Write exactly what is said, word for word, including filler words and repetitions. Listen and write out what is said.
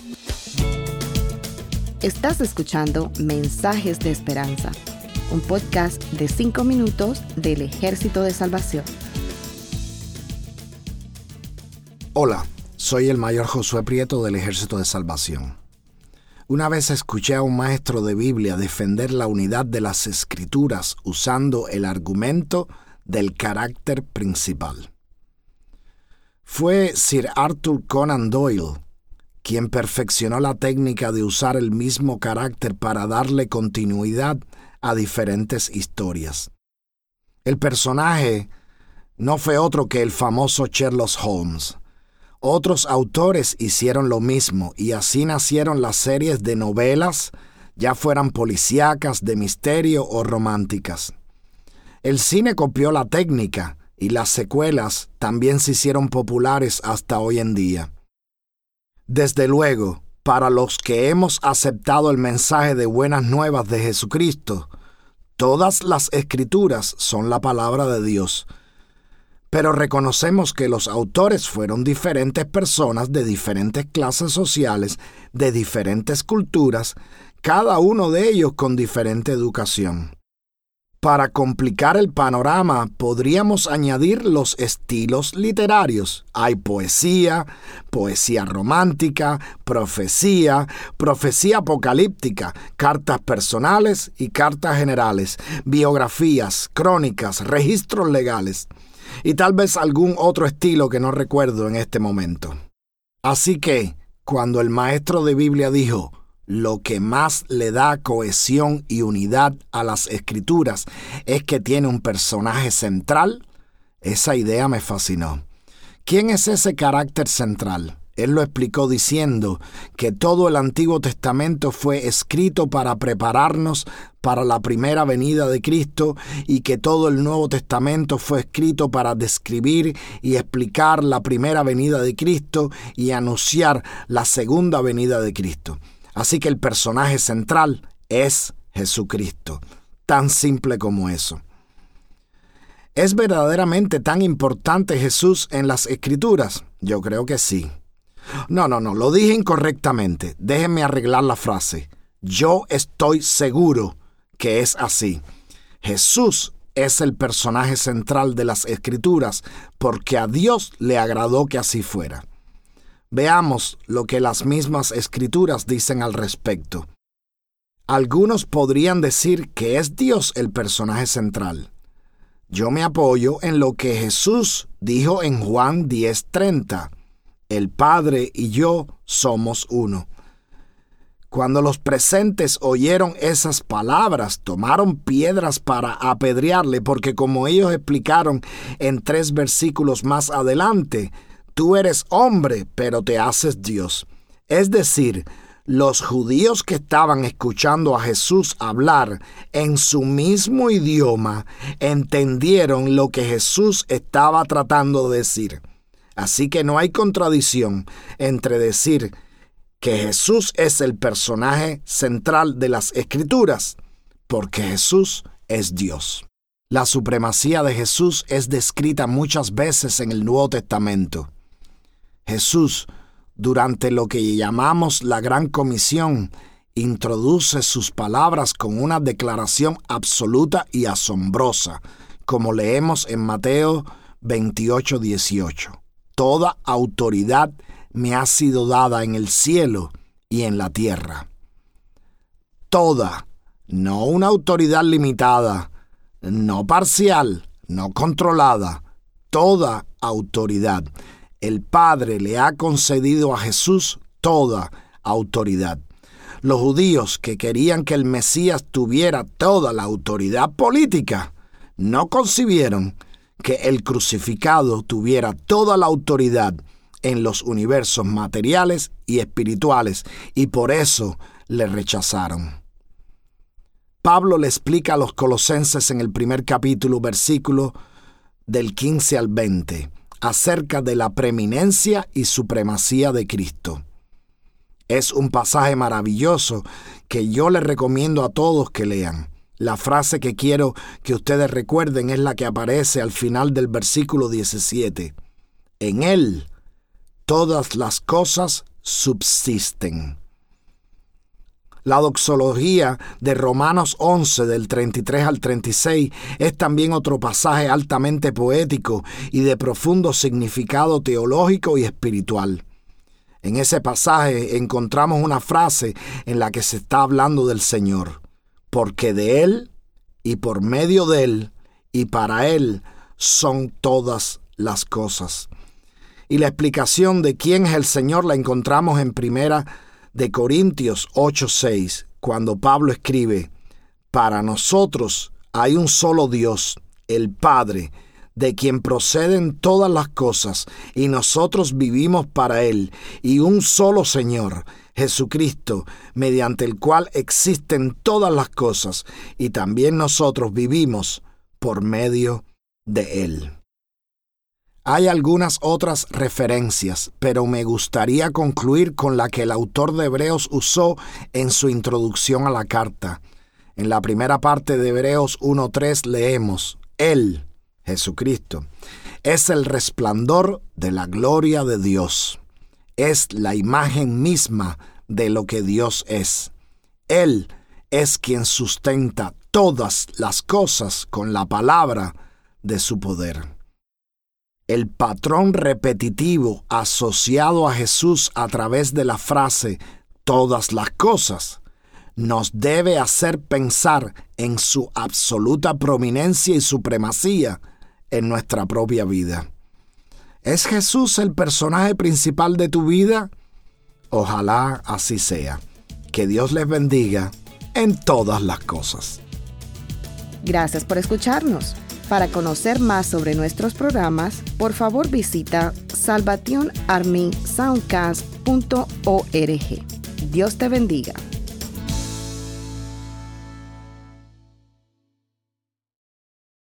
Estás escuchando Mensajes de Esperanza, un podcast de cinco minutos del Ejército de Salvación. Hola, soy el mayor Josué Prieto del Ejército de Salvación. Una vez escuché a un maestro de Biblia defender la unidad de las Escrituras usando el argumento del carácter principal. Fue Sir Arthur Conan Doyle quien perfeccionó la técnica de usar el mismo carácter para darle continuidad a diferentes historias. El personaje no fue otro que el famoso Sherlock Holmes. Otros autores hicieron lo mismo y así nacieron las series de novelas, ya fueran policíacas, de misterio o románticas. El cine copió la técnica y las secuelas también se hicieron populares hasta hoy en día. Desde luego, para los que hemos aceptado el mensaje de buenas nuevas de Jesucristo, todas las Escrituras son la palabra de Dios. Pero reconocemos que los autores fueron diferentes personas de diferentes clases sociales, de diferentes culturas, cada uno de ellos con diferente educación. Para complicar el panorama, podríamos añadir los estilos literarios. Hay poesía, poesía romántica, profecía, profecía apocalíptica, cartas personales y cartas generales, biografías, crónicas, registros legales y tal vez algún otro estilo que no recuerdo en este momento. Así que, cuando el maestro de Biblia dijo: lo que más le da cohesión y unidad a las Escrituras es que tiene un personaje central, esa idea me fascinó. ¿Quién es ese carácter central? Él lo explicó diciendo que todo el Antiguo Testamento fue escrito para prepararnos para la primera venida de Cristo y que todo el Nuevo Testamento fue escrito para describir y explicar la primera venida de Cristo y anunciar la segunda venida de Cristo. Así que el personaje central es Jesucristo, tan simple como eso. ¿Es verdaderamente tan importante Jesús en las Escrituras? Yo creo que sí. No, no, no, lo dije incorrectamente. Déjenme arreglar la frase. Yo estoy seguro que es así. Jesús es el personaje central de las Escrituras porque a Dios le agradó que así fuera. Veamos lo que las mismas Escrituras dicen al respecto. Algunos podrían decir que es Dios el personaje central. Yo me apoyo en lo que Jesús dijo en Juan diez treinta. El Padre y yo somos uno. Cuando los presentes oyeron esas palabras, tomaron piedras para apedrearle, porque como ellos explicaron en tres versículos más adelante, tú eres hombre, pero te haces Dios. Es decir, los judíos que estaban escuchando a Jesús hablar en su mismo idioma entendieron lo que Jesús estaba tratando de decir. Así que no hay contradicción entre decir que Jesús es el personaje central de las Escrituras, porque Jesús es Dios. La supremacía de Jesús es descrita muchas veces en el Nuevo Testamento. Jesús, durante lo que llamamos la Gran Comisión, introduce sus palabras con una declaración absoluta y asombrosa, como leemos en Mateo veintiocho dieciocho. Toda autoridad me ha sido dada en el cielo y en la tierra. Toda, no una autoridad limitada, no parcial, no controlada, toda autoridad. El Padre le ha concedido a Jesús toda autoridad. Los judíos que querían que el Mesías tuviera toda la autoridad política, no concibieron que el crucificado tuviera toda la autoridad en los universos materiales y espirituales, y por eso le rechazaron. Pablo le explica a los colosenses en el primer capítulo, versículo del quince al veinte, acerca de la preeminencia y supremacía de Cristo. Es un pasaje maravilloso que yo les recomiendo a todos que lean. La frase que quiero que ustedes recuerden es la que aparece al final del versículo diecisiete. En Él todas las cosas subsisten. La doxología de Romanos once, del treinta y tres al treinta y seis, es también otro pasaje altamente poético y de profundo significado teológico y espiritual. En ese pasaje encontramos una frase en la que se está hablando del Señor, porque de Él y por medio de Él y para Él son todas las cosas. Y la explicación de quién es el Señor la encontramos en Primera de Corintios ocho seis, cuando Pablo escribe: para nosotros hay un solo Dios, el Padre, de quien proceden todas las cosas, y nosotros vivimos para Él, y un solo Señor, Jesucristo, mediante el cual existen todas las cosas, y también nosotros vivimos por medio de Él. Hay algunas otras referencias, pero me gustaría concluir con la que el autor de Hebreos usó en su introducción a la carta. En la primera parte de Hebreos uno tres leemos: Él, Jesucristo, es el resplandor de la gloria de Dios. Es la imagen misma de lo que Dios es. Él es quien sustenta todas las cosas con la palabra de su poder. El patrón repetitivo asociado a Jesús a través de la frase todas las cosas nos debe hacer pensar en su absoluta prominencia y supremacía en nuestra propia vida. ¿Es Jesús el personaje principal de tu vida? Ojalá así sea. Que Dios les bendiga en todas las cosas. Gracias por escucharnos. Para conocer más sobre nuestros programas, por favor visita salvation army soundcast punto org. Dios te bendiga.